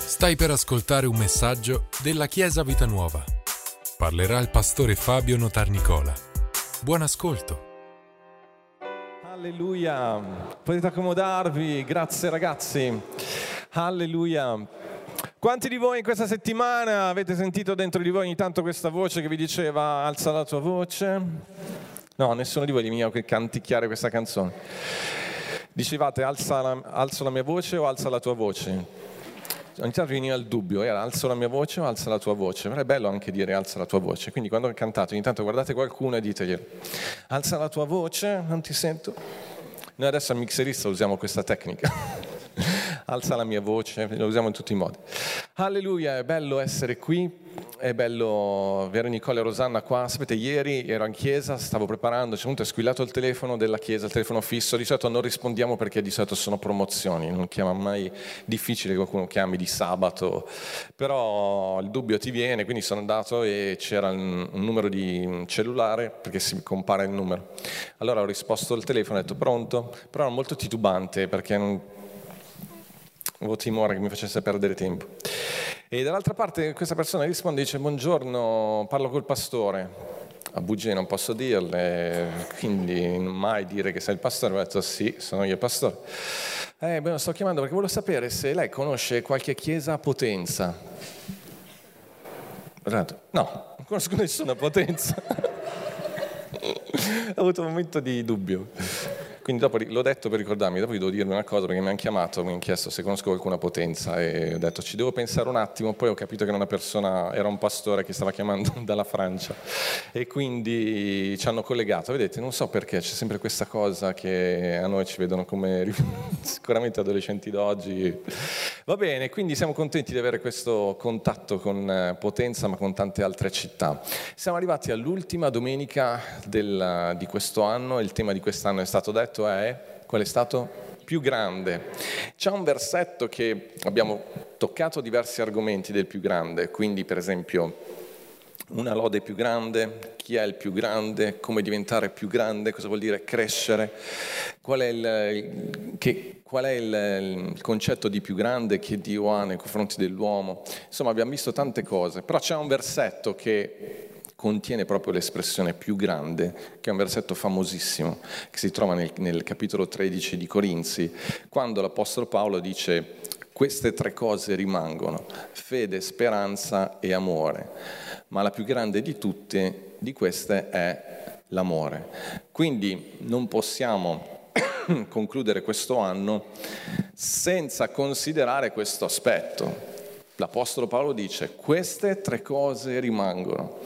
Stai per ascoltare un messaggio della Chiesa Vita Nuova. Parlerà il pastore Fabio Notarnicola. Buon ascolto. Alleluia, potete accomodarvi, grazie ragazzi, alleluia. Quanti di voi in questa settimana avete sentito dentro di voi ogni tanto questa voce che vi diceva alza la tua voce? No, nessuno di voi veniva a canticchiare questa canzone. Dicevate alzo la mia voce o alza la tua voce? Ogni tanto veniva il dubbio, era alzo la mia voce o alza la tua voce? Però è bello anche dire alza la tua voce, quindi quando cantate ogni tanto guardate qualcuno e ditegli alza la tua voce, non ti sento? Noi adesso al mixerista usiamo questa tecnica, alza la mia voce, lo usiamo in tutti i modi. Alleluia, è bello essere qui, è bello avere Nicola e Rosanna qua. Sapete, ieri ero in chiesa, stavo preparando, è squillato il telefono della chiesa, il telefono fisso. Di solito non rispondiamo perché di solito sono promozioni, non chiama mai, difficile che qualcuno chiami di sabato, però il dubbio ti viene, quindi sono andato e c'era un numero di cellulare perché si compara il numero. Allora ho risposto al telefono e ho detto pronto, però ero molto titubante perché non avevo timore che mi facesse perdere tempo. E dall'altra parte questa persona risponde e dice buongiorno, parlo col pastore. A bugie non posso dirle, quindi non mai dire che sei il pastore. Ho detto sì, sono io il pastore. Lo sto chiamando perché volevo sapere se lei conosce qualche chiesa a Potenza. Ho detto no, non conosco nessuna Potenza. Ho avuto un momento di dubbio. Quindi dopo l'ho detto per ricordarmi, dopo vi devo dirvi una cosa perché mi hanno chiamato, mi hanno chiesto se conosco qualcuna a Potenza e ho detto ci devo pensare un attimo, poi ho capito che era un pastore che stava chiamando dalla Francia e quindi ci hanno collegato. Vedete, non so perché c'è sempre questa cosa che a noi ci vedono come sicuramente adolescenti d'oggi. Va bene, quindi siamo contenti di avere questo contatto con Potenza ma con tante altre città. Siamo arrivati all'ultima domenica di questo anno, il tema di quest'anno è stato detto qual è stato? Più grande. C'è un versetto che abbiamo toccato diversi argomenti del più grande, quindi per esempio una lode più grande, chi è il più grande, come diventare più grande, cosa vuol dire crescere, qual è il concetto di più grande che Dio ha nei confronti dell'uomo. Insomma abbiamo visto tante cose, però c'è un versetto che contiene proprio l'espressione più grande, che è un versetto famosissimo, che si trova nel capitolo 13 di Corinzi, quando l'Apostolo Paolo dice queste tre cose rimangono, fede, speranza e amore, ma la più grande di tutte di queste è l'amore. Quindi non possiamo concludere questo anno senza considerare questo aspetto. L'Apostolo Paolo dice queste tre cose rimangono,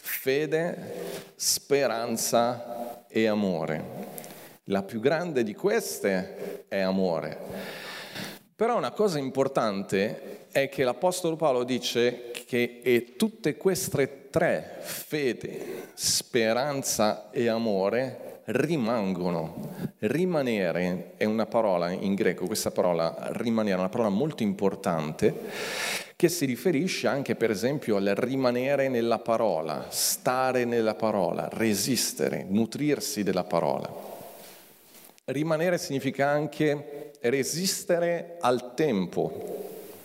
fede, speranza e amore. La più grande di queste è amore. Però una cosa importante è che l'Apostolo Paolo dice che tutte queste tre, fede, speranza e amore, rimangono. Rimanere è una parola in greco, questa parola rimanere è una parola molto importante che si riferisce anche per esempio al rimanere nella parola, stare nella parola, resistere, nutrirsi della parola. Rimanere significa anche resistere al tempo,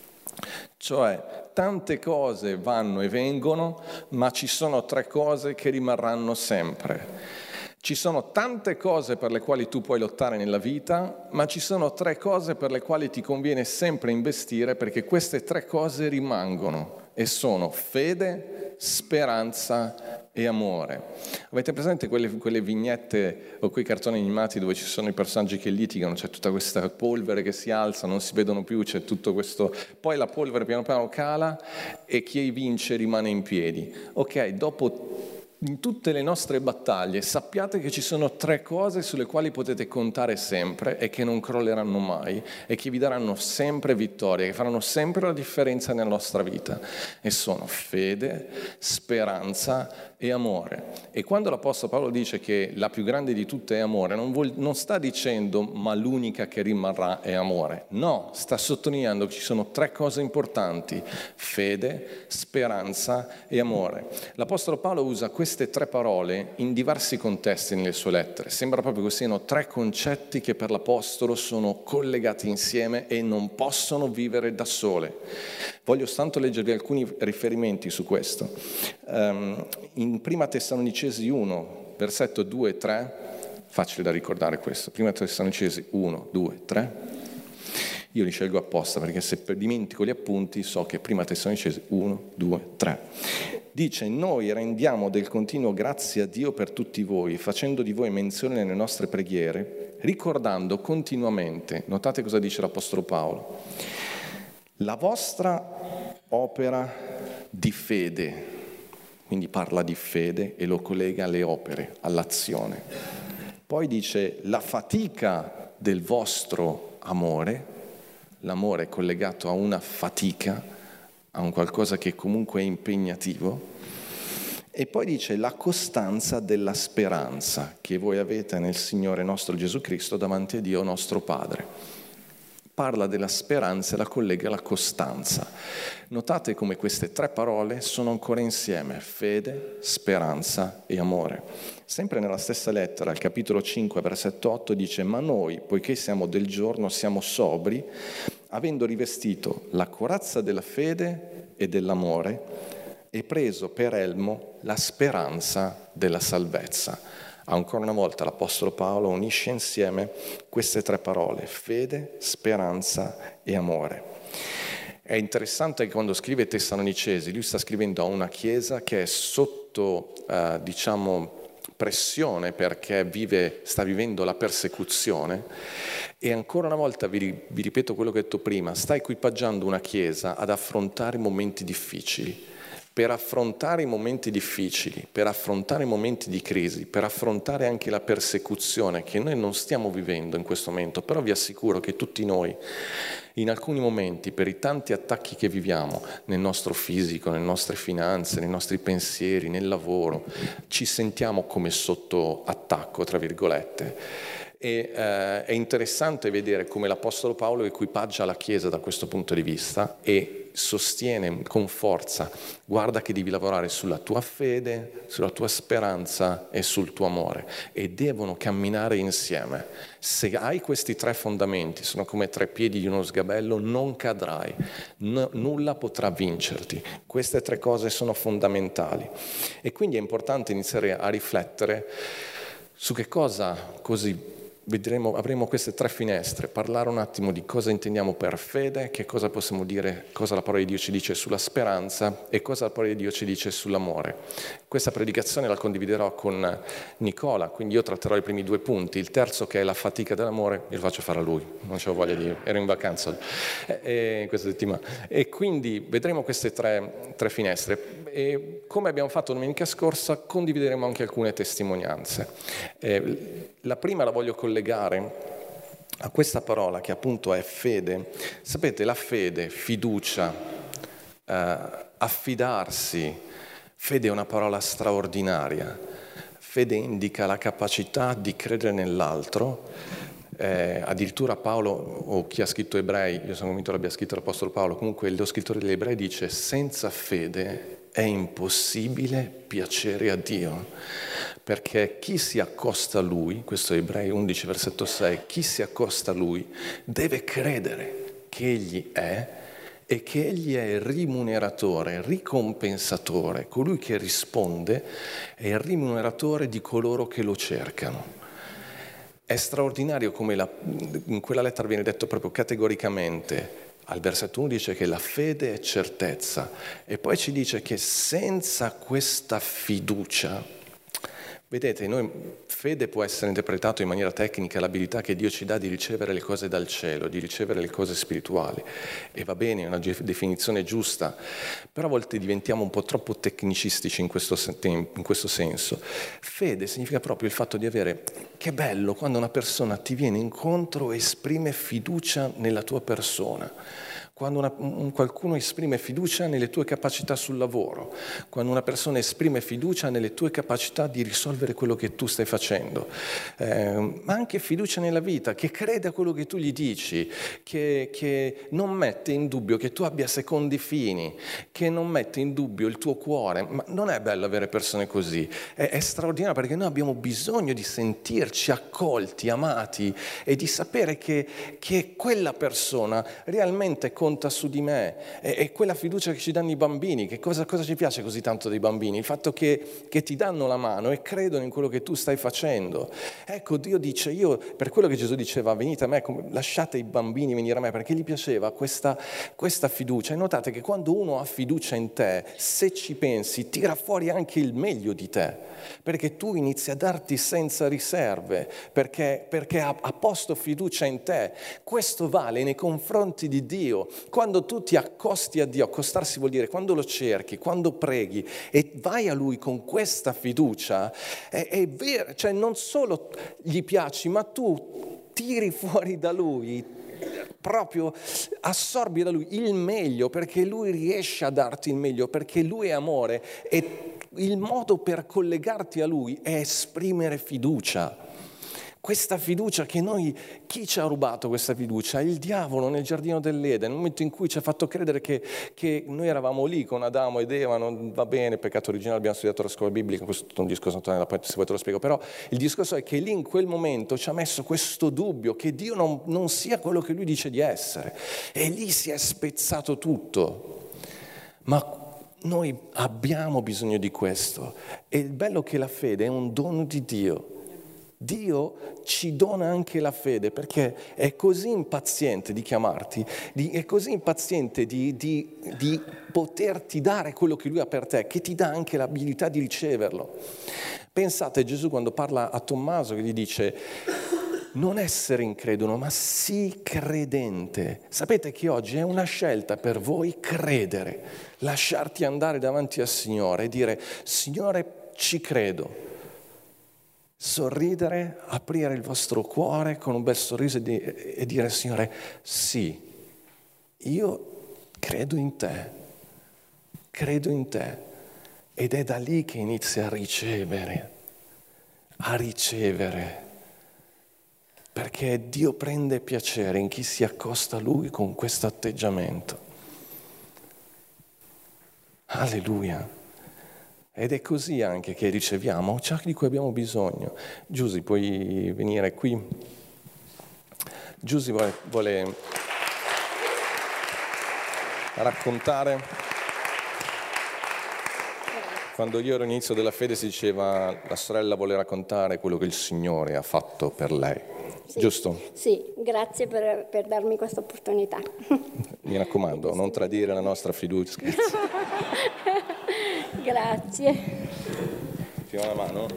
cioè tante cose vanno e vengono, ma ci sono tre cose che rimarranno sempre. Ci sono tante cose per le quali tu puoi lottare nella vita, ma ci sono tre cose per le quali ti conviene sempre investire perché queste tre cose rimangono e sono fede, speranza e amore. Avete presente quelle vignette o quei cartoni animati dove ci sono i personaggi che litigano, c'è tutta questa polvere che si alza, non si vedono più, c'è tutto questo... Poi la polvere piano piano cala e chi vince rimane in piedi. Ok, dopo... In tutte le nostre battaglie sappiate che ci sono tre cose sulle quali potete contare sempre e che non crolleranno mai e che vi daranno sempre vittoria, che faranno sempre la differenza nella nostra vita e sono fede, speranza e amore. E quando l'Apostolo Paolo dice che la più grande di tutte è amore, non sta dicendo ma l'unica che rimarrà è amore. No, sta sottolineando che ci sono tre cose importanti: fede, speranza e amore. L'Apostolo Paolo usa queste tre parole in diversi contesti nelle sue lettere. Sembra proprio che siano tre concetti che per l'Apostolo sono collegati insieme e non possono vivere da sole. Voglio tanto leggervi alcuni riferimenti su questo. In Prima Tessalonicesi 1, versetto 2 e 3, facile da ricordare questo. Prima Tessalonicesi 1, 2, 3. Io li scelgo apposta perché se dimentico gli appunti so che Prima Tessalonicesi 1, 2, 3. Dice: noi rendiamo del continuo grazie a Dio per tutti voi, facendo di voi menzione nelle nostre preghiere, ricordando continuamente, notate cosa dice l'Apostolo Paolo, la vostra opera di fede. Quindi parla di fede e lo collega alle opere, all'azione. Poi dice la fatica del vostro amore. L'amore è collegato a una fatica, a un qualcosa che comunque è impegnativo. E poi dice la costanza della speranza che voi avete nel Signore nostro Gesù Cristo davanti a Dio nostro Padre. Parla della speranza e la collega alla costanza. Notate come queste tre parole sono ancora insieme: fede, speranza e amore. Sempre nella stessa lettera, al capitolo 5, versetto 8, dice: ma noi, poiché siamo del giorno, siamo sobri, avendo rivestito la corazza della fede e dell'amore e preso per elmo la speranza della salvezza. Ancora una volta l'Apostolo Paolo unisce insieme queste tre parole: fede, speranza e amore. È interessante che quando scrive Tessalonicesi, lui sta scrivendo a una chiesa che è sotto, pressione perché sta vivendo la persecuzione, e ancora una volta vi ripeto quello che ho detto prima: sta equipaggiando una chiesa ad affrontare momenti difficili. Per affrontare i momenti difficili, per affrontare i momenti di crisi, per affrontare anche la persecuzione che noi non stiamo vivendo in questo momento, però vi assicuro che tutti noi, in alcuni momenti, per i tanti attacchi che viviamo nel nostro fisico, nelle nostre finanze, nei nostri pensieri, nel lavoro, ci sentiamo come sotto attacco, tra virgolette. E è interessante vedere come l'Apostolo Paolo equipaggia la Chiesa da questo punto di vista e sostiene con forza: guarda che devi lavorare sulla tua fede, sulla tua speranza e sul tuo amore, e devono camminare insieme. Se hai questi tre fondamenti, sono come tre piedi di uno sgabello, non cadrai, nulla potrà vincerti. Queste tre cose sono fondamentali e quindi è importante iniziare a riflettere su che cosa così. Avremo queste tre finestre, parlare un attimo di cosa intendiamo per fede, che cosa possiamo dire, cosa la parola di Dio ci dice sulla speranza e cosa la parola di Dio ci dice sull'amore. Questa predicazione la condividerò con Nicola, quindi io tratterò i primi due punti. Il terzo, che è la fatica dell'amore, io lo faccio fare a lui, non c'ho voglia di... ero in vacanza questa settimana. E quindi vedremo queste tre finestre. E come abbiamo fatto domenica scorsa, condivideremo anche alcune testimonianze. La prima la voglio collegare a questa parola che appunto è fede. Sapete, la fede, fiducia, affidarsi, fede è una parola straordinaria. Fede indica la capacità di credere nell'altro. Addirittura Paolo, o chi ha scritto Ebrei, io sono convinto l'abbia scritto l'Apostolo Paolo, comunque lo scrittore degli Ebrei dice: senza fede è impossibile piacere a Dio, perché chi si accosta a Lui, questo è Ebrei 11 versetto 6, chi si accosta a Lui deve credere che Egli è e che Egli è il rimuneratore, ricompensatore, colui che risponde è il rimuneratore di coloro che lo cercano. È straordinario come in quella lettera viene detto proprio categoricamente. Al versetto 1 dice che la fede è certezza e poi ci dice che senza questa fiducia, vedete, fede può essere interpretato in maniera tecnica, l'abilità che Dio ci dà di ricevere le cose dal cielo, di ricevere le cose spirituali, e va bene, è una definizione giusta, però a volte diventiamo un po' troppo tecnicistici in questo senso. Fede significa proprio il fatto di avere, che bello quando una persona ti viene incontro e esprime fiducia nella tua persona. quando qualcuno esprime fiducia nelle tue capacità sul lavoro, quando una persona esprime fiducia nelle tue capacità di risolvere quello che tu stai facendo, ma anche fiducia nella vita, che crede a quello che tu gli dici, che non mette in dubbio che tu abbia secondi fini, che non mette in dubbio il tuo cuore. Ma non è bello avere persone così, è straordinario, perché noi abbiamo bisogno di sentirci accolti, amati, e di sapere che quella persona realmente conta su di me. E quella fiducia che ci danno i bambini, che cosa ci piace così tanto dei bambini? Il fatto che ti danno la mano e credono in quello che tu stai facendo. Ecco, Dio dice, io, per quello che Gesù diceva, venite a me, lasciate i bambini venire a me, perché gli piaceva questa fiducia. E notate che quando uno ha fiducia in te, se ci pensi, tira fuori anche il meglio di te, perché tu inizi a darti senza riserve, perché ha posto fiducia in te. Questo vale nei confronti di Dio. Quando tu ti accosti a Dio, accostarsi vuol dire quando lo cerchi, quando preghi e vai a Lui con questa fiducia, è vero, cioè non solo gli piaci, ma tu tiri fuori da Lui, proprio assorbi da Lui il meglio, perché Lui riesce a darti il meglio, perché Lui è amore, e il modo per collegarti a Lui è esprimere fiducia. Questa fiducia che noi, chi ci ha rubato questa fiducia? Il diavolo nel giardino dell'Eden, nel momento in cui ci ha fatto credere che noi eravamo lì con Adamo ed Eva, non va bene, peccato originale, abbiamo studiato la scuola biblica, questo è tutto un discorso, se vuoi te lo spiego, però il discorso è che lì in quel momento ci ha messo questo dubbio che Dio non sia quello che Lui dice di essere, e lì si è spezzato tutto. Ma noi abbiamo bisogno di questo, e il bello è che la fede è un dono di Dio. Dio ci dona anche la fede, perché è così impaziente di chiamarti, è così impaziente di poterti dare quello che Lui ha per te, che ti dà anche l'abilità di riceverlo. Pensate a Gesù quando parla a Tommaso, che gli dice: non essere incredulo, ma sii credente. Sapete che oggi è una scelta per voi credere, lasciarti andare davanti al Signore e dire: Signore, ci credo. Sorridere, aprire il vostro cuore con un bel sorriso e dire: Signore, sì, io credo in te, ed è da lì che inizia a ricevere, perché Dio prende piacere in chi si accosta a Lui con questo atteggiamento. Alleluia. Ed è così anche che riceviamo ciò di cui abbiamo bisogno. Giusy, puoi venire qui? Giusy vuole raccontare. Quando io ero all'inizio della fede si diceva: la sorella vuole raccontare quello che il Signore ha fatto per lei. Sì, giusto? Sì, grazie per darmi questa opportunità. Mi raccomando, non tradire la nostra fiducia. Scherzo. Grazie. Ti do una mano?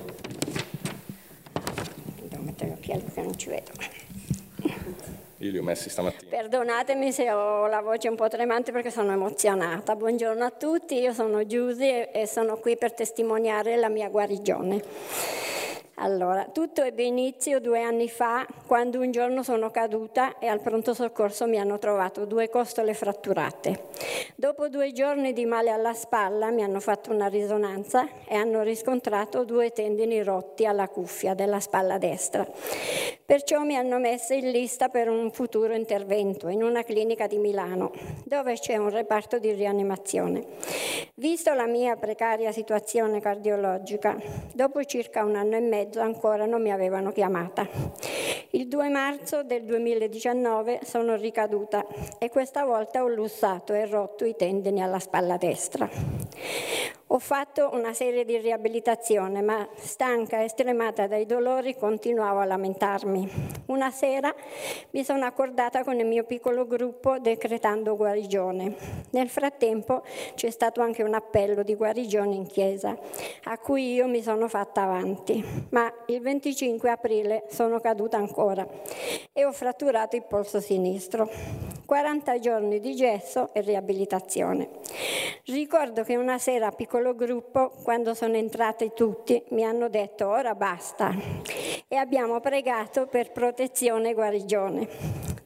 Devo mettere gli occhiali perché non ci vedo. Io li ho messi stamattina. Perdonatemi se ho la voce un po' tremante perché sono emozionata. Buongiorno a tutti, io sono Giusy e sono qui per testimoniare la mia guarigione. Allora, tutto ebbe inizio 2 anni fa, quando un giorno sono caduta e al pronto soccorso mi hanno trovato 2 costole fratturate. Dopo 2 giorni di male alla spalla mi hanno fatto una risonanza e hanno riscontrato 2 tendini rotti alla cuffia della spalla destra. Perciò mi hanno messa in lista per un futuro intervento in una clinica di Milano, dove c'è un reparto di rianimazione. Visto la mia precaria situazione cardiologica, dopo circa 1 anno e mezzo ancora non mi avevano chiamata. Il 2 marzo del 2019 sono ricaduta e questa volta ho lussato e rotto i tendini alla spalla destra. Ho fatto una serie di riabilitazione, ma stanca e stremata dai dolori continuavo a lamentarmi. Una sera mi sono accordata con il mio piccolo gruppo decretando guarigione. Nel frattempo c'è stato anche un appello di guarigione in chiesa, a cui io mi sono fatta avanti, ma il 25 aprile sono caduta ancora e ho fratturato il polso sinistro. 40 giorni di gesso e riabilitazione. Ricordo che una sera a piccolo gruppo, quando sono entrati tutti, mi hanno detto ora basta e abbiamo pregato per protezione e guarigione.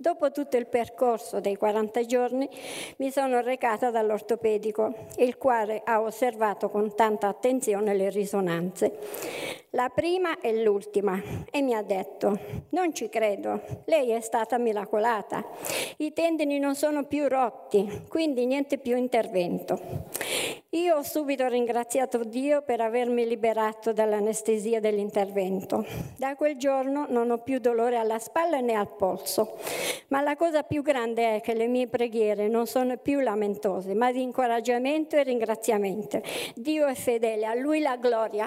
Dopo tutto il percorso dei 40 giorni mi sono recata dall'ortopedico, il quale ha osservato con tanta attenzione le risonanze. La prima e l'ultima, e mi ha detto: non ci credo, lei è stata miracolata, i tendini non sono più rotti, quindi niente più intervento. Io ho subito ringraziato Dio per avermi liberato dall'anestesia dell'intervento. Da quel giorno non ho più dolore alla spalla né al polso, ma la cosa più grande è che le mie preghiere non sono più lamentose, ma di incoraggiamento e ringraziamento. Dio è fedele, a Lui la gloria.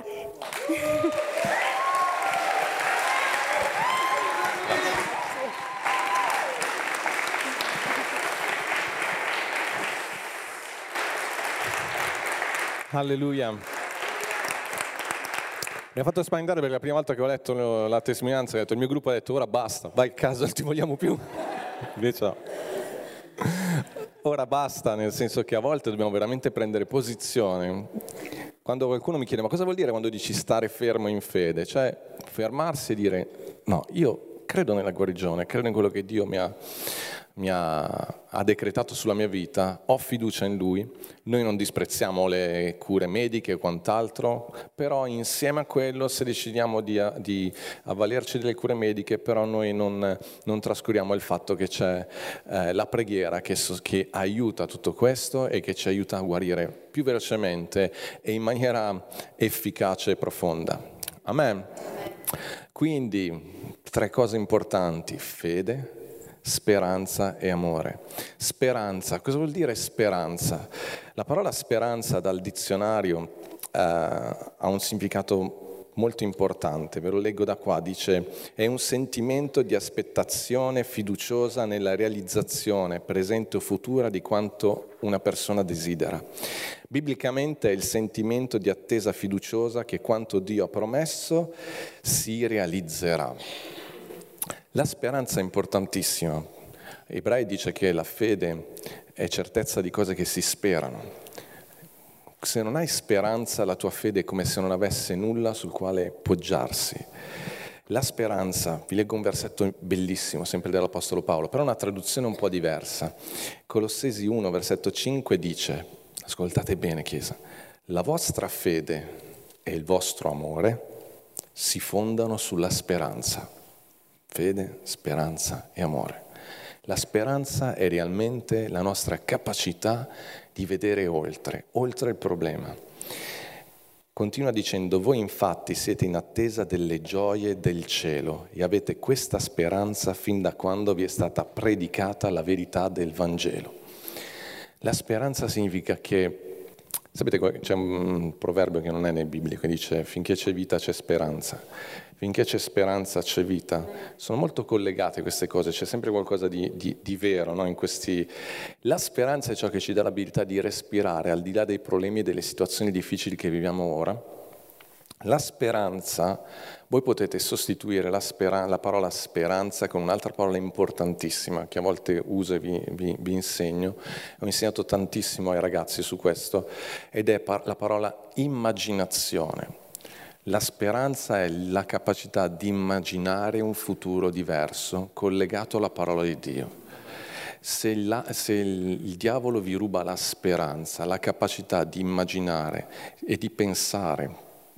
Alleluia. Mi ha fatto spaventare perché la prima volta che ho letto la testimonianza, ho detto, il mio gruppo ha detto: ora basta, vai a casa, non ti vogliamo più. Invece no. Ora basta, nel senso che a volte dobbiamo veramente prendere posizione. Quando qualcuno mi chiede: ma cosa vuol dire quando dici stare fermo in fede? Cioè fermarsi e dire: no, io credo nella guarigione, credo in quello che Dio mi ha decretato sulla mia vita, ho fiducia in Lui. Noi non disprezziamo le cure mediche e quant'altro, però insieme a quello, se decidiamo di avvalerci delle cure mediche, però noi non trascuriamo il fatto che c'è la preghiera che aiuta tutto questo e che ci aiuta a guarire più velocemente e in maniera efficace e profonda. Amen? Quindi 3 cose importanti: fede, speranza e amore. Speranza, cosa vuol dire speranza? La parola speranza dal dizionario ha un significato molto importante, ve lo leggo da qua, dice: è un sentimento di aspettazione fiduciosa nella realizzazione presente o futura di quanto una persona desidera. Biblicamente è il sentimento di attesa fiduciosa che quanto Dio ha promesso si realizzerà. La speranza è importantissima. Ebrei dice che la fede è certezza di cose che si sperano. Se non hai speranza, la tua fede è come se non avesse nulla sul quale poggiarsi. La speranza, vi leggo un versetto bellissimo, sempre dell'Apostolo Paolo, però una traduzione un po' diversa. Colossesi 1, versetto 5 dice, ascoltate bene Chiesa, la vostra fede e il vostro amore si fondano sulla speranza. Fede, speranza e amore. La speranza è realmente la nostra capacità di vedere oltre il problema. Continua dicendo: voi infatti siete in attesa delle gioie del cielo e avete questa speranza fin da quando vi è stata predicata la verità del Vangelo. La speranza significa che, sapete, c'è un proverbio che non è nel biblico che dice: finché c'è vita c'è speranza. Finché c'è speranza c'è vita. Sono molto collegate queste cose, c'è sempre qualcosa di vero, no? In questi... La speranza è ciò che ci dà l'abilità di respirare al di là dei problemi e delle situazioni difficili che viviamo ora. La speranza, voi potete sostituire la parola speranza con un'altra parola importantissima che a volte uso e vi insegno. Ho insegnato tantissimo ai ragazzi su questo, ed è la parola immaginazione. La speranza è la capacità di immaginare un futuro diverso collegato alla parola di Dio. Se il diavolo vi ruba la speranza, la capacità di immaginare e di pensare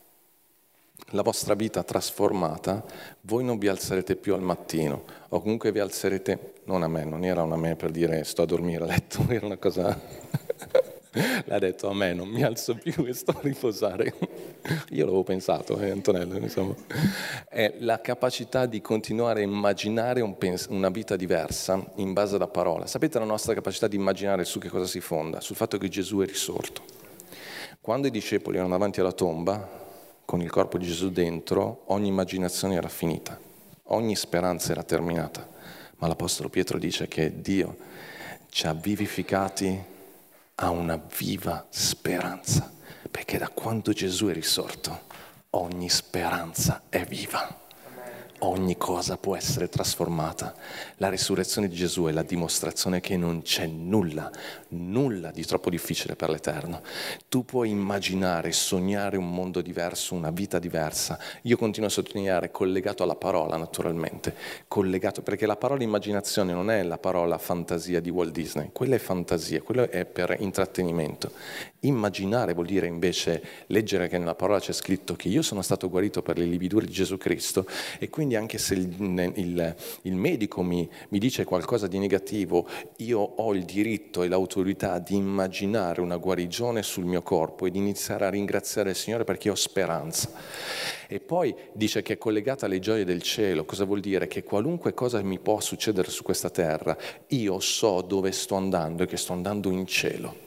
la vostra vita trasformata, voi non vi alzerete più al mattino, o comunque vi alzerete, non era una me per dire sto a dormire a letto, era una cosa... L'ha detto: a me non mi alzo più e sto a riposare. Io l'avevo pensato, Antonello, insomma. È la capacità di continuare a immaginare una vita diversa in base alla parola. Sapete la nostra capacità di immaginare su che cosa si fonda? Sul fatto che Gesù è risorto. Quando i discepoli erano davanti alla tomba, con il corpo di Gesù dentro, ogni immaginazione era finita, ogni speranza era terminata. Ma l'Apostolo Pietro dice che Dio ci ha vivificati a una viva speranza, perché da quando Gesù è risorto ogni speranza è viva. ogni cosa può essere trasformata. La risurrezione di Gesù è la dimostrazione che non c'è nulla di troppo difficile per l'Eterno. Tu puoi immaginare, sognare un mondo diverso, una vita diversa. Io continuo a sottolineare, collegato alla parola naturalmente, collegato, perché la parola immaginazione non è la parola fantasia di Walt Disney, quella è fantasia, quello è per intrattenimento. Immaginare vuol dire invece leggere che nella parola c'è scritto che io sono stato guarito per le lividure di Gesù Cristo, e quindi anche se il medico mi dice qualcosa di negativo, io ho il diritto e l'autorità di immaginare una guarigione sul mio corpo e di iniziare a ringraziare il Signore perché ho speranza. E poi dice che è collegata alle gioie del cielo. Cosa vuol dire? Che qualunque cosa mi può succedere su questa terra, io so dove sto andando e che sto andando in cielo.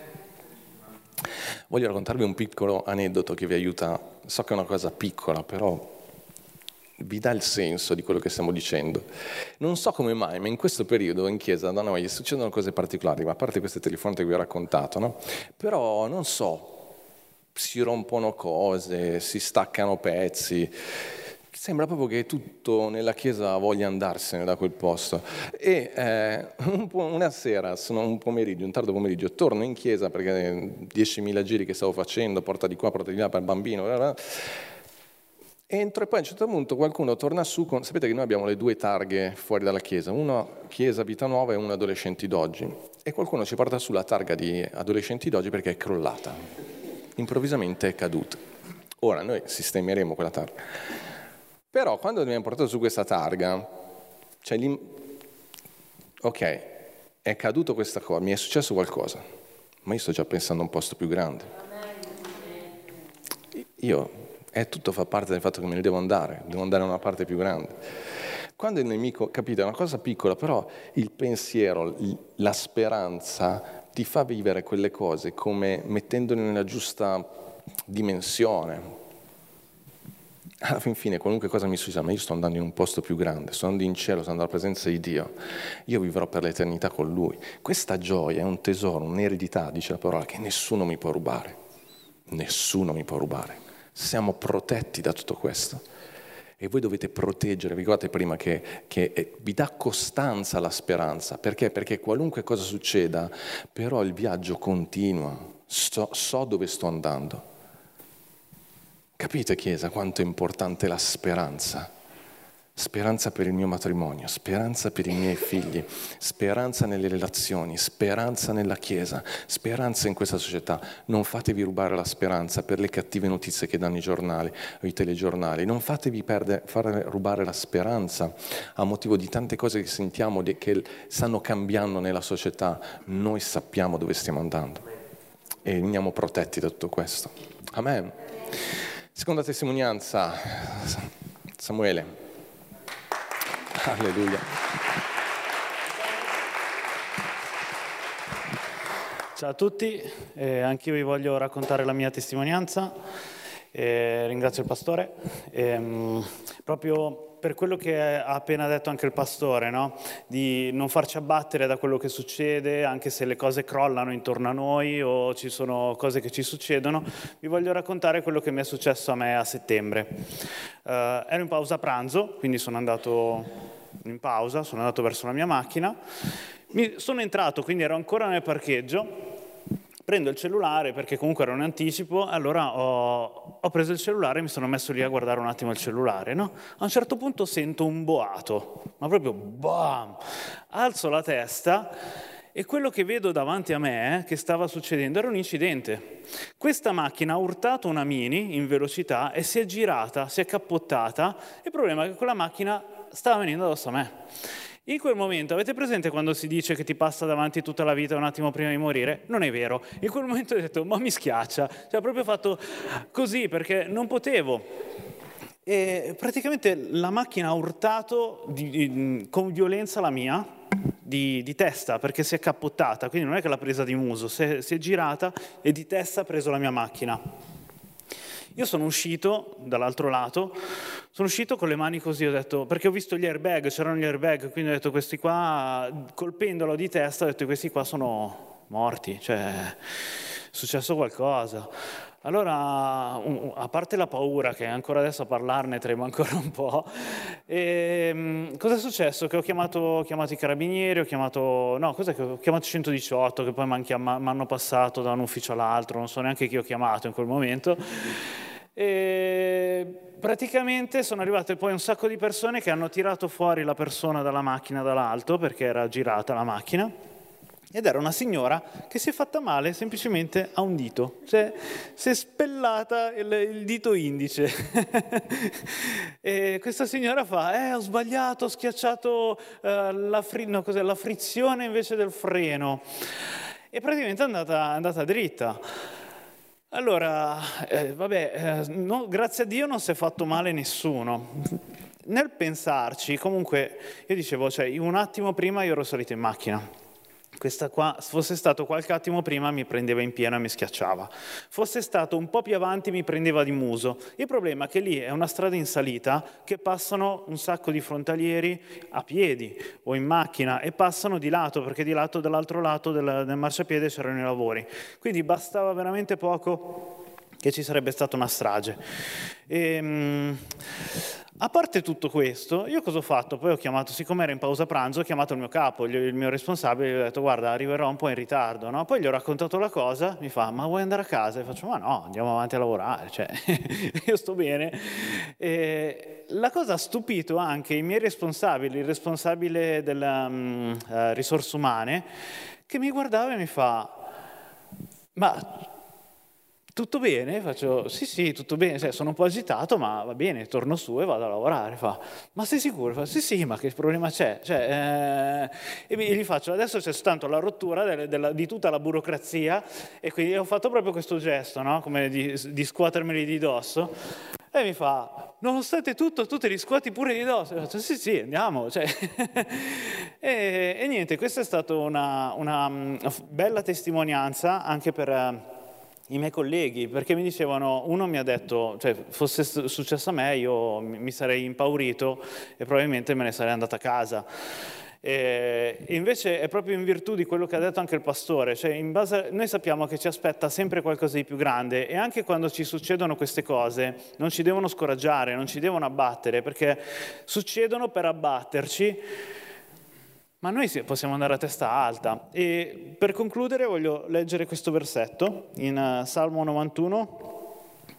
Voglio raccontarvi un piccolo aneddoto che vi aiuta, so che è una cosa piccola, però vi dà il senso di quello che stiamo dicendo. Non so come mai, ma in questo periodo in chiesa da noi succedono cose particolari, ma a parte queste telefonate che vi ho raccontato, no? Però non so, si rompono cose, si staccano pezzi. Sembra proprio che tutto nella chiesa voglia andarsene da quel posto. E una sera, un tardo pomeriggio, torno in chiesa perché 10.000 giri che stavo facendo, porta di qua, porta di là per il bambino, entro e poi a un certo punto qualcuno torna su sapete che noi abbiamo le 2 targhe fuori dalla chiesa, una chiesa Vita Nuova e una Adolescenti d'Oggi, e qualcuno ci porta su la targa di Adolescenti d'Oggi perché è crollata, improvvisamente è caduta. Ora noi sistemeremo quella targa. Però quando mi hanno portato su questa targa, ok, è caduto questa cosa, mi è successo qualcosa, ma io sto già pensando a un posto più grande. Tutto fa parte del fatto che me ne devo andare a una parte più grande. Quando il nemico, capite, è una cosa piccola, però il pensiero, la speranza ti fa vivere quelle cose come mettendole nella giusta dimensione. Alla fine, qualunque cosa mi succeda, ma io sto andando in un posto più grande, sto andando in cielo, sto andando alla presenza di Dio, io vivrò per l'eternità con Lui. Questa gioia è un tesoro, un'eredità, dice la parola, che nessuno mi può rubare. Nessuno mi può rubare. Siamo protetti da tutto questo. E voi dovete proteggere, vi ricordate prima che vi dà costanza la speranza. Perché? Perché qualunque cosa succeda, però il viaggio continua, so dove sto andando. Capite, Chiesa, quanto è importante la speranza? Speranza per il mio matrimonio, speranza per i miei figli, speranza nelle relazioni, speranza nella Chiesa, speranza in questa società. Non fatevi rubare la speranza per le cattive notizie che danno i giornali o i telegiornali. Non fatevi fare rubare la speranza a motivo di tante cose che sentiamo che stanno cambiando nella società. Noi sappiamo dove stiamo andando e veniamo protetti da tutto questo. Amen. Seconda testimonianza, Samuele. Alleluia. Ciao a tutti, anch'io vi voglio raccontare la mia testimonianza. Ringrazio il pastore. Proprio per quello che ha appena detto anche il pastore, no? Di non farci abbattere da quello che succede, anche se le cose crollano intorno a noi o ci sono cose che ci succedono, vi voglio raccontare quello che mi è successo a me a settembre. Ero in pausa pranzo, quindi sono andato in pausa, sono andato verso la mia macchina, sono entrato, quindi ero ancora nel parcheggio. Prendo il cellulare perché comunque era un anticipo, allora ho preso il cellulare e mi sono messo lì a guardare un attimo il cellulare, no? A un certo punto sento un boato, ma proprio bam! Alzo la testa e quello che vedo davanti a me che stava succedendo era un incidente. Questa macchina ha urtato una Mini in velocità e si è girata, si è cappottata. Il problema è che quella macchina stava venendo addosso a me. In quel momento, avete presente quando si dice che ti passa davanti tutta la vita un attimo prima di morire? Non è vero. In quel momento ho detto, ma mi schiaccia. Cioè, ho proprio fatto così perché non potevo. E praticamente la macchina ha urtato con violenza la mia, di testa, perché si è cappottata. Quindi non è che l'ha presa di muso, si è girata e di testa ha preso la mia macchina. Io sono uscito dall'altro lato, sono uscito con le mani così, ho detto, perché ho visto gli airbag, c'erano gli airbag, quindi ho detto questi qua, colpendolo di testa, ho detto questi qua sono morti, cioè è successo qualcosa. Allora, a parte la paura, che ancora adesso a parlarne tremo ancora un po', cosa è successo? Che ho chiamato i carabinieri, ho chiamato il 118, che poi mi hanno passato da un ufficio all'altro, non so neanche chi ho chiamato in quel momento. E praticamente sono arrivate poi un sacco di persone che hanno tirato fuori la persona dalla macchina dall'alto, perché era girata la macchina. Ed era una signora che si è fatta male semplicemente a un dito, cioè si è spellata il dito indice. E questa signora fa, ho sbagliato, ho schiacciato la frizione invece del freno. E praticamente è andata dritta. Allora, grazie a Dio non si è fatto male nessuno. Nel pensarci, comunque, io dicevo, un attimo prima io ero salito in macchina. Questa qua, se fosse stato qualche attimo prima, mi prendeva in pieno e mi schiacciava. Fosse stato un po' più avanti, mi prendeva di muso. Il problema è che lì è una strada in salita che passano un sacco di frontalieri a piedi o in macchina e passano di lato, perché di lato dall'altro lato del marciapiede c'erano i lavori. Quindi bastava veramente poco che ci sarebbe stata una strage. A parte tutto questo, io cosa ho fatto? Poi ho chiamato, siccome era in pausa pranzo, ho chiamato il mio capo, il mio responsabile, gli ho detto guarda, arriverò un po' in ritardo, no? Poi gli ho raccontato la cosa, mi fa ma vuoi andare a casa? E faccio ma no, andiamo avanti a lavorare, io sto bene. E la cosa ha stupito anche i miei responsabili, il responsabile delle risorse umane, che mi guardava e mi fa ma tutto bene? Faccio, sì, tutto bene, sono un po' agitato, ma va bene, torno su e vado a lavorare. Fa, ma sei sicuro? Fa, sì, ma che problema c'è? E gli faccio, adesso c'è soltanto la rottura di tutta la burocrazia, e quindi ho fatto proprio questo gesto, no? Come di scuotermeli di dosso. E mi fa, nonostante tutto, tu te li scuoti pure di dosso? E faccio, sì, andiamo. E niente, questa è stata una bella testimonianza anche per i miei colleghi, perché mi dicevano, uno mi ha detto, fosse successo a me io mi sarei impaurito e probabilmente me ne sarei andato a casa. E invece è proprio in virtù di quello che ha detto anche il pastore, noi sappiamo che ci aspetta sempre qualcosa di più grande, e anche quando ci succedono queste cose non ci devono scoraggiare, non ci devono abbattere, perché succedono per abbatterci, ma noi possiamo andare a testa alta. E per concludere voglio leggere questo versetto in Salmo 91,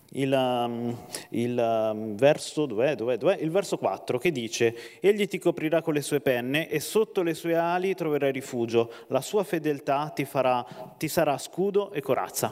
il verso, dov'è? Il verso 4, che dice: egli ti coprirà con le sue penne e sotto le sue ali troverai rifugio, la sua fedeltà ti sarà scudo e corazza.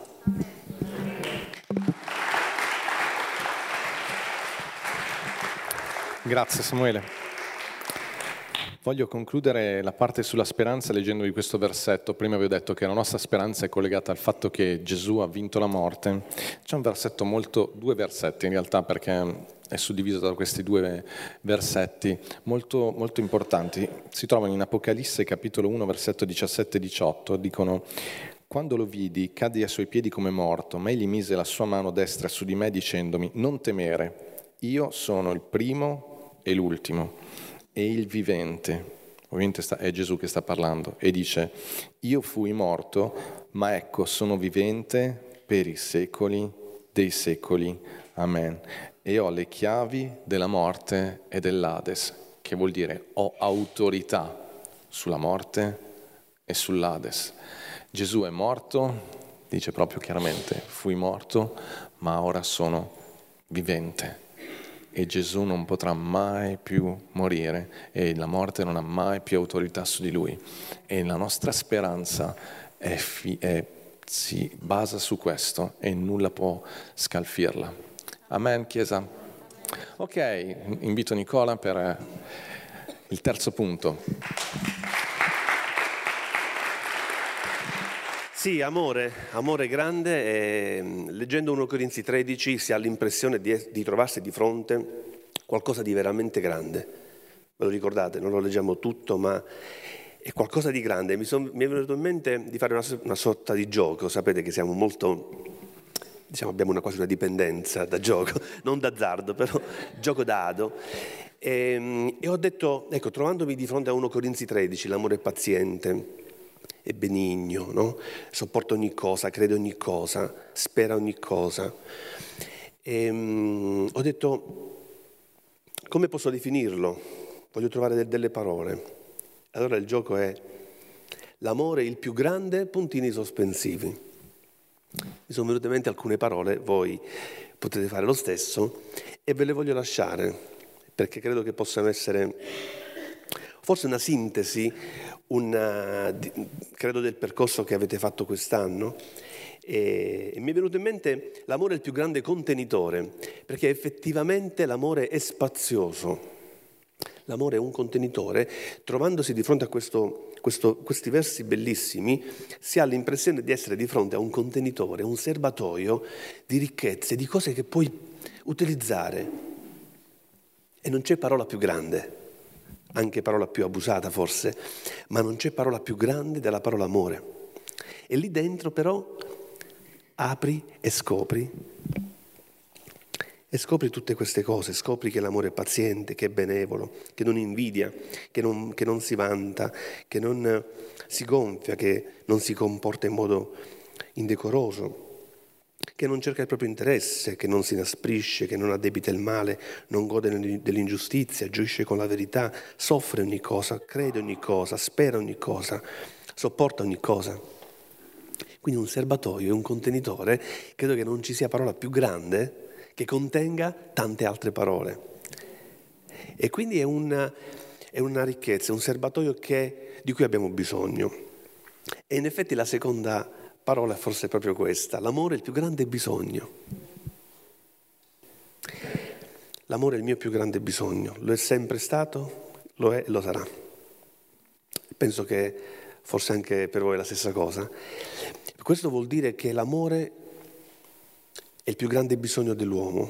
Grazie Samuele. Voglio concludere la parte sulla speranza leggendovi questo versetto. Prima vi ho detto che la nostra speranza è collegata al fatto che Gesù ha vinto la morte. C'è un versetto due versetti in realtà, perché è suddiviso da questi due versetti molto, molto importanti. Si trovano in Apocalisse capitolo 1, versetto 17 e 18. Dicono: quando lo vidi, caddi ai suoi piedi come morto, ma egli mise la sua mano destra su di me dicendomi: non temere, io sono il primo e l'ultimo e il vivente. Ovviamente è Gesù che sta parlando, e dice: io fui morto, ma ecco sono vivente per i secoli dei secoli. Amen. E ho le chiavi della morte e dell'Ades, che vuol dire ho autorità sulla morte e sull'Ades. Gesù è morto, dice proprio chiaramente: fui morto, ma ora sono vivente. E Gesù non potrà mai più morire, e la morte non ha mai più autorità su di lui. E la nostra speranza si basa su questo, e nulla può scalfirla. Amen, Chiesa? Ok, invito Nicola per il terzo punto. Sì, amore grande, e leggendo 1 Corinzi 13 si ha l'impressione di trovarsi di fronte qualcosa di veramente grande. Ve lo ricordate? Non lo leggiamo tutto, ma è qualcosa di grande. Mi è venuto in mente di fare una sorta di gioco. Sapete che siamo molto, abbiamo quasi una dipendenza da gioco, non d'azzardo, però gioco dado. E ho detto, ecco, trovandomi di fronte a 1 Corinzi 13, l'amore è paziente, è benigno, no? Sopporta ogni cosa, crede ogni cosa, spera ogni cosa. Ho detto, come posso definirlo? Voglio trovare delle parole. Allora il gioco è l'amore il più grande, puntini sospensivi. Mi sono venute in mente alcune parole, voi potete fare lo stesso e ve le voglio lasciare perché credo che possano essere forse una sintesi, credo del percorso che avete fatto quest'anno. E mi è venuto in mente l'amore è il più grande contenitore, perché effettivamente l'amore è spazioso. L'amore è un contenitore. Trovandosi di fronte a questi versi bellissimi, si ha l'impressione di essere di fronte a un contenitore, un serbatoio di ricchezze, di cose che puoi utilizzare. E non c'è parola più grande, anche parola più abusata forse, ma non c'è parola più grande della parola amore. E lì dentro però apri e scopri tutte queste cose, scopri che l'amore è paziente, che è benevolo, che non invidia, che non si vanta, che non si gonfia, che non si comporta in modo indecoroso, che non cerca il proprio interesse, che non si inasprisce, che non addebita il male, non gode dell'ingiustizia, gioisce con la verità, soffre ogni cosa, crede ogni cosa, spera ogni cosa, sopporta ogni cosa. Quindi un serbatoio è un contenitore, credo che non ci sia parola più grande che contenga tante altre parole. E quindi è una ricchezza, un serbatoio di cui abbiamo bisogno. E in effetti la seconda parola è forse proprio questa: l'amore è il più grande bisogno. L'amore è il mio più grande bisogno, lo è sempre stato, lo è e lo sarà. Penso che forse anche per voi è la stessa cosa. Questo vuol dire che l'amore è il più grande bisogno dell'uomo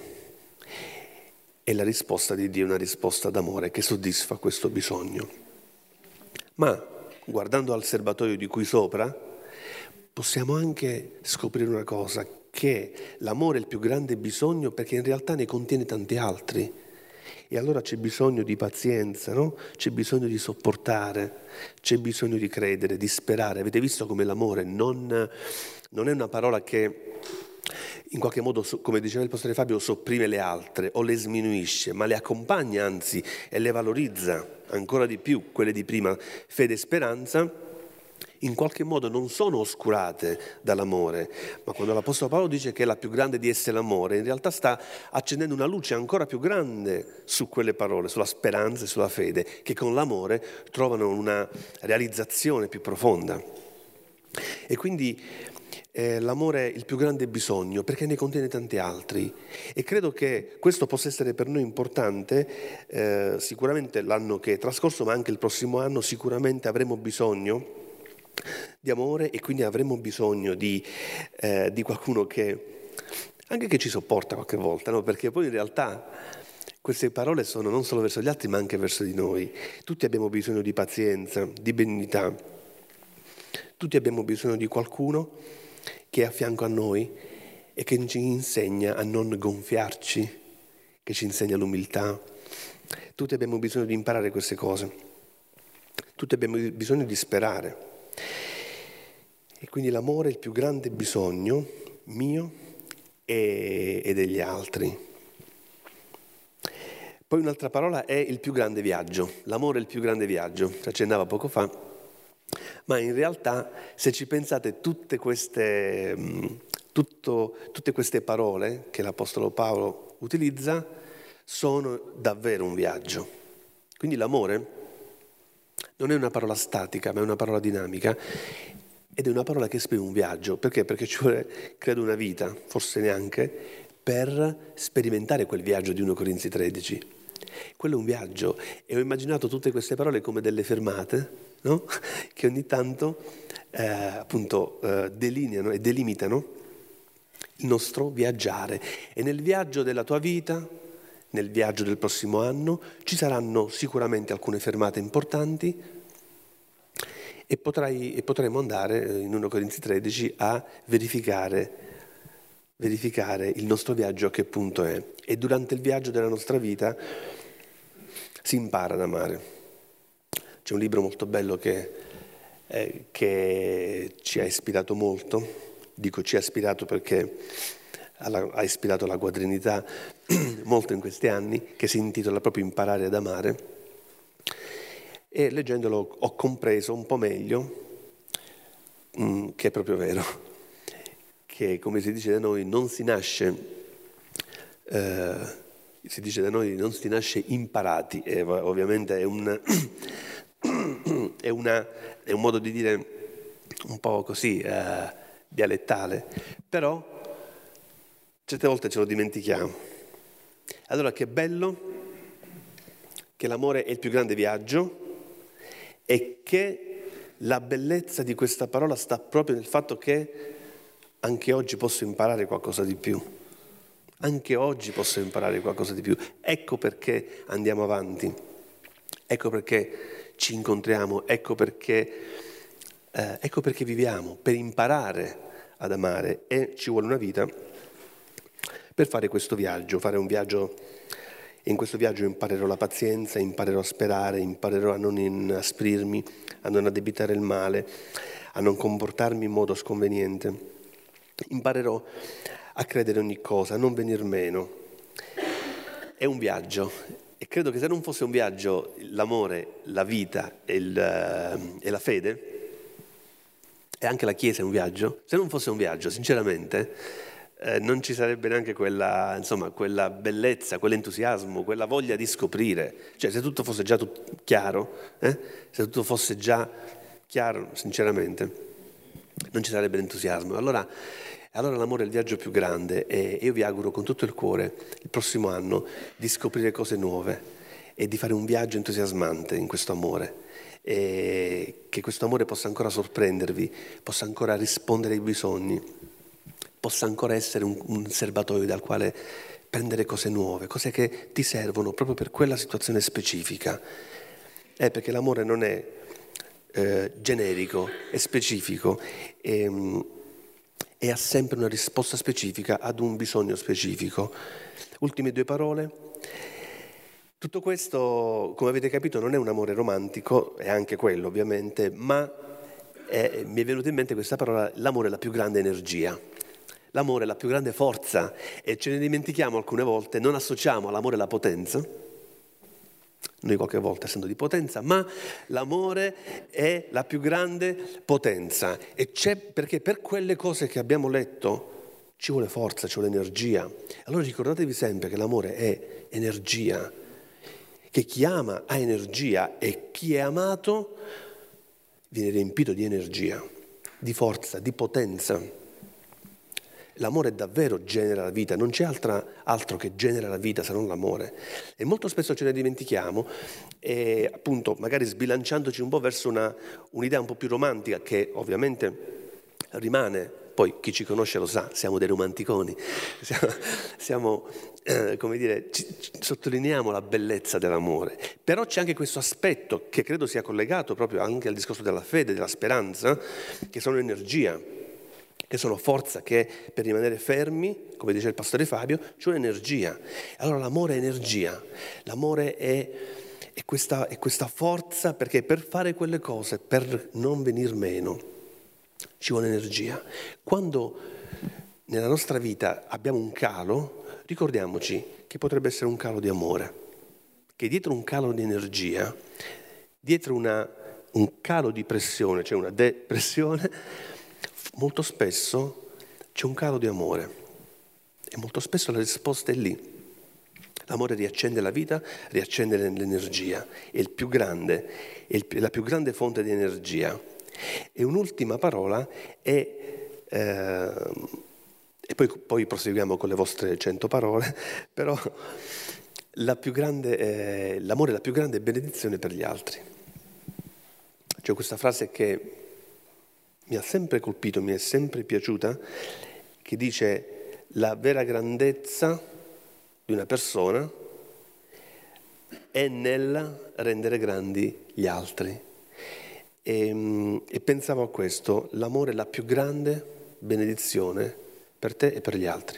e la risposta di Dio è una risposta d'amore che soddisfa questo bisogno. Ma guardando al serbatoio di cui sopra, possiamo anche scoprire una cosa, che l'amore è il più grande bisogno perché in realtà ne contiene tanti altri. E allora c'è bisogno di pazienza, no? C'è bisogno di sopportare, c'è bisogno di credere, di sperare. Avete visto come l'amore non è una parola che in qualche modo, come diceva il pastore Fabio, sopprime le altre o le sminuisce, ma le accompagna anzi e le valorizza ancora di più, quelle di prima, fede e speranza. In qualche modo non sono oscurate dall'amore, ma quando l'Apostolo Paolo dice che è la più grande di esse l'amore, in realtà sta accendendo una luce ancora più grande su quelle parole, sulla speranza e sulla fede, che con l'amore trovano una realizzazione più profonda. E quindi l'amore è il più grande bisogno perché ne contiene tanti altri e credo che questo possa essere per noi importante. Sicuramente l'anno che è trascorso, ma anche il prossimo anno sicuramente avremo bisogno di amore e quindi avremo bisogno di qualcuno che ci sopporta qualche volta, no? Perché poi in realtà queste parole sono non solo verso gli altri ma anche verso di noi. Tutti abbiamo bisogno di pazienza, di benignità, tutti abbiamo bisogno di qualcuno che è a fianco a noi e che ci insegna a non gonfiarci, che ci insegna l'umiltà. Tutti abbiamo bisogno di imparare queste cose, tutti abbiamo bisogno di sperare. E quindi l'amore è il più grande bisogno mio e degli altri. Poi un'altra parola è il più grande viaggio. L'amore è il più grande viaggio, ci accennava poco fa, ma in realtà se ci pensate tutte queste parole che l'Apostolo Paolo utilizza sono davvero un viaggio. Quindi l'amore non è una parola statica, ma è una parola dinamica ed è una parola che esprime un viaggio. Perché? Perché ci vuole, credo, una vita, forse neanche, per sperimentare quel viaggio di 1 Corinzi 13. Quello è un viaggio e ho immaginato tutte queste parole come delle fermate, no? Che ogni tanto delineano e delimitano il nostro viaggiare. E nel viaggio della tua vita, nel viaggio del prossimo anno, ci saranno sicuramente alcune fermate importanti e potremo andare in 1 Corinzi 13 a verificare il nostro viaggio a che punto è. E durante il viaggio della nostra vita si impara ad amare. C'è un libro molto bello che che ci ha ispirato molto. Dico ci ha ispirato perché ha ispirato la quadrinità molto in questi anni, che si intitola proprio Imparare ad amare, e leggendolo ho compreso un po' meglio che è proprio vero, che come si dice da noi non si nasce imparati, e ovviamente è un modo di dire un po' così dialettale, però certe volte ce lo dimentichiamo. Allora che bello che l'amore è il più grande viaggio e che la bellezza di questa parola sta proprio nel fatto che anche oggi posso imparare qualcosa di più. Anche oggi posso imparare qualcosa di più. Ecco perché andiamo avanti, ecco perché ci incontriamo, ecco perché viviamo, per imparare ad amare, e ci vuole una vita per fare questo viaggio, in questo viaggio imparerò la pazienza, imparerò a sperare, imparerò a non inasprirmi, a non addebitare il male, a non comportarmi in modo sconveniente, imparerò a credere ogni cosa, a non venir meno. È un viaggio, e credo che se non fosse un viaggio l'amore, la vita e la fede, e anche la Chiesa è un viaggio, se non fosse un viaggio, sinceramente, non ci sarebbe neanche quella bellezza, quell'entusiasmo, quella voglia di scoprire. Cioè, se tutto fosse già chiaro, se tutto fosse già chiaro, sinceramente, non ci sarebbe l'entusiasmo. Allora l'amore è il viaggio più grande, e io vi auguro con tutto il cuore il prossimo anno di scoprire cose nuove e di fare un viaggio entusiasmante in questo amore, e che questo amore possa ancora sorprendervi, possa ancora rispondere ai bisogni, possa ancora essere un serbatoio dal quale prendere cose nuove, cose che ti servono proprio per quella situazione specifica. Perché l'amore non è generico, è specifico, e ha sempre una risposta specifica ad un bisogno specifico. Ultime due parole. Tutto questo, come avete capito, non è un amore romantico, è anche quello ovviamente, ma mi è venuta in mente questa parola: l'amore è la più grande energia, l'amore è la più grande forza, e ce ne dimentichiamo alcune volte, non associamo all'amore la potenza, noi qualche volta essendo di potenza, ma l'amore è la più grande potenza, e c'è, perché per quelle cose che abbiamo letto ci vuole forza, ci vuole energia. Allora ricordatevi sempre che l'amore è energia, che chi ama ha energia, e chi è amato viene riempito di energia, di forza, di potenza. L'amore davvero genera la vita, non c'è altro che genera la vita se non l'amore. E molto spesso ce ne dimentichiamo, e appunto magari sbilanciandoci un po' verso un'idea un po' più romantica, che ovviamente rimane. Poi chi ci conosce lo sa, siamo dei romanticoni, sottolineiamo la bellezza dell'amore. Però c'è anche questo aspetto che credo sia collegato proprio anche al discorso della fede, della speranza, che sono energia, che sono forza, che per rimanere fermi, come dice il pastore Fabio, ci vuole energia. Allora l'amore è energia, l'amore è questa forza, perché per fare quelle cose, per non venir meno, ci vuole energia. Quando nella nostra vita abbiamo un calo, ricordiamoci che potrebbe essere un calo di amore, che dietro un calo di energia, dietro un calo di pressione, cioè una depressione, molto spesso c'è un calo di amore, e molto spesso la risposta è lì. L'amore riaccende la vita, riaccende l'energia, è il più grande, la più grande fonte di energia. E un'ultima parola e poi proseguiamo con le vostre 100 parole, però l'amore è la più grande benedizione per gli altri. C'è questa frase che mi ha sempre colpito, mi è sempre piaciuta, che dice: la vera grandezza di una persona è nel rendere grandi gli altri. E pensavo a questo: l'amore è la più grande benedizione per te e per gli altri.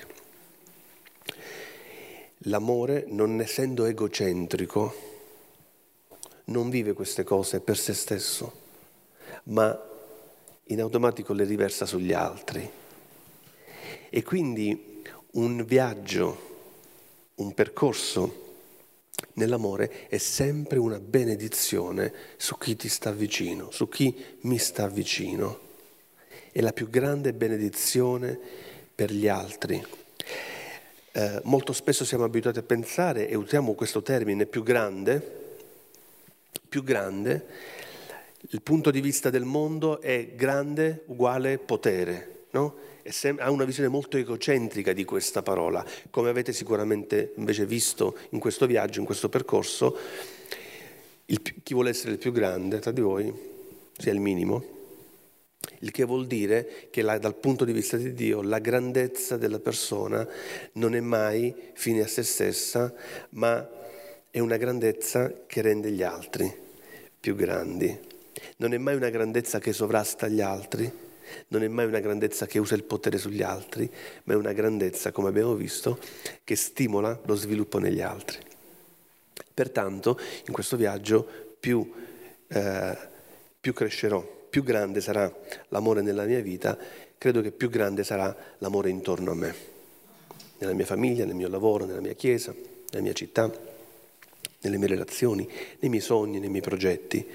L'amore, non essendo egocentrico, non vive queste cose per se stesso, ma in automatico le riversa sugli altri. E quindi un viaggio, un percorso nell'amore è sempre una benedizione su chi ti sta vicino, su chi mi sta vicino. È la più grande benedizione per gli altri. Molto spesso siamo abituati a pensare, e usiamo questo termine, più grande, il punto di vista del mondo è grande uguale potere, no? Ha una visione molto egocentrica di questa parola, come avete sicuramente invece visto in questo viaggio, in questo percorso. Chi vuole essere il più grande tra di voi sia il minimo, il che vuol dire che dal punto di vista di Dio la grandezza della persona non è mai fine a se stessa, ma è una grandezza che rende gli altri più grandi. Non è mai una grandezza che sovrasta gli altri, non è mai una grandezza che usa il potere sugli altri, ma è una grandezza, come abbiamo visto, che stimola lo sviluppo negli altri. Pertanto, in questo viaggio più crescerò, più grande sarà l'amore nella mia vita, credo che più grande sarà l'amore intorno a me, nella mia famiglia, nel mio lavoro, nella mia chiesa, nella mia città, nelle mie relazioni, nei miei sogni, nei miei progetti.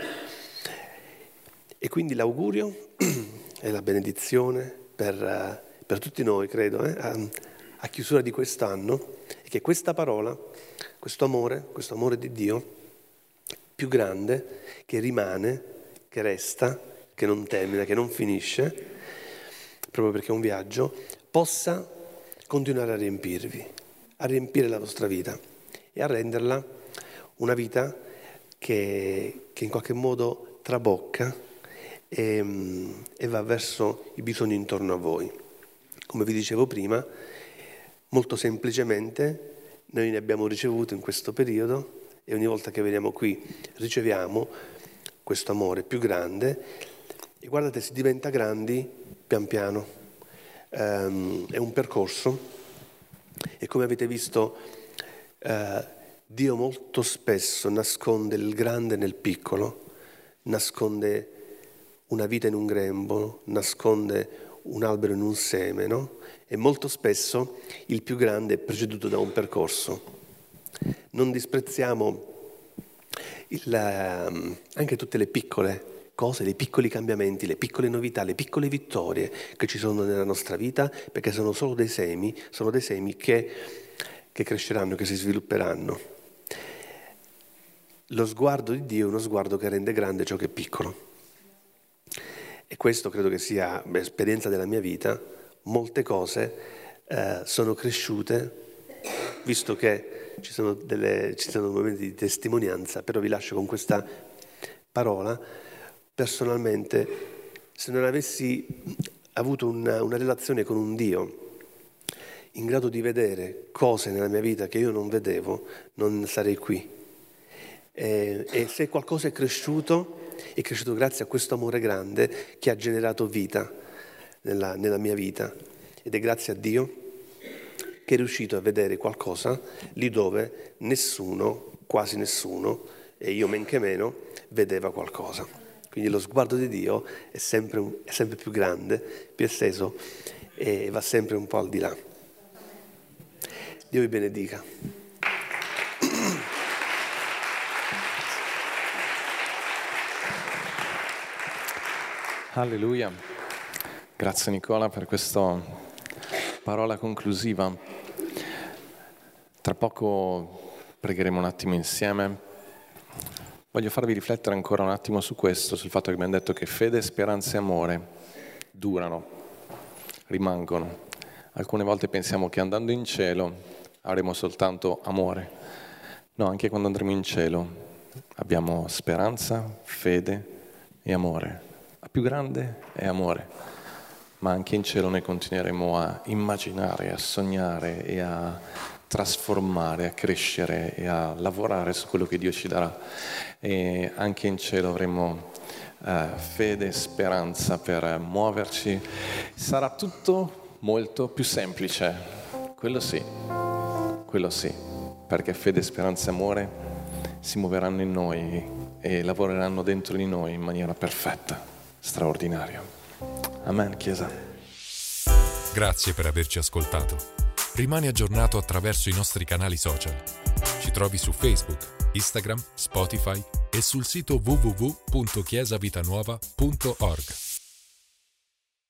E quindi l'augurio e la benedizione per tutti noi, credo, a chiusura di quest'anno, è che questa parola, questo amore di Dio, più grande, che rimane, che resta, che non termina, che non finisce, proprio perché è un viaggio, possa continuare a riempirvi, a riempire la vostra vita e a renderla una vita che in qualche modo trabocca e va verso i bisogni intorno a voi. Come vi dicevo prima, molto semplicemente noi ne abbiamo ricevuto in questo periodo e ogni volta che veniamo qui riceviamo questo amore più grande e guardate, si diventa grandi pian piano. È un percorso e come avete visto Dio molto spesso nasconde il grande nel piccolo, nasconde una vita in un grembo, nasconde un albero in un seme, no? E molto spesso il più grande è preceduto da un percorso. Non disprezziamo anche tutte le piccole cose, i piccoli cambiamenti, le piccole novità, le piccole vittorie che ci sono nella nostra vita, perché sono solo dei semi che cresceranno, che si svilupperanno. Lo sguardo di Dio è uno sguardo che rende grande ciò che è piccolo. E questo credo che sia l'esperienza della mia vita. Molte cose sono cresciute, visto che ci sono momenti di testimonianza, però vi lascio con questa parola. Personalmente, se non avessi avuto una relazione con un Dio in grado di vedere cose nella mia vita che io non vedevo, non sarei qui. E se qualcosa è cresciuto grazie a questo amore grande che ha generato vita nella mia vita. Ed è grazie a Dio che è riuscito a vedere qualcosa lì dove nessuno, quasi nessuno, e io men che meno, vedeva qualcosa. Quindi lo sguardo di Dio è sempre più grande, più esteso e va sempre un po' al di là. Dio vi benedica. Alleluia. Grazie Nicola per questa parola conclusiva. Tra poco pregheremo un attimo insieme. Voglio farvi riflettere ancora un attimo su questo, sul fatto che abbiamo detto che fede, speranza e amore durano, rimangono. Alcune volte pensiamo che andando in cielo avremo soltanto amore. No, anche quando andremo in cielo abbiamo speranza, fede e amore. La più grande è amore, ma anche in cielo noi continueremo a immaginare, a sognare e a trasformare, a crescere e a lavorare su quello che Dio ci darà. E anche in cielo avremo fede e speranza per muoverci. Sarà tutto molto più semplice, quello sì, perché fede, speranza e amore si muoveranno in noi e lavoreranno dentro di noi in maniera perfetta. straordinario. Amen, Chiesa. Grazie per averci ascoltato. Rimani aggiornato attraverso i nostri canali social. Ci trovi su Facebook, Instagram, Spotify e sul sito www.chiesavitanuova.org.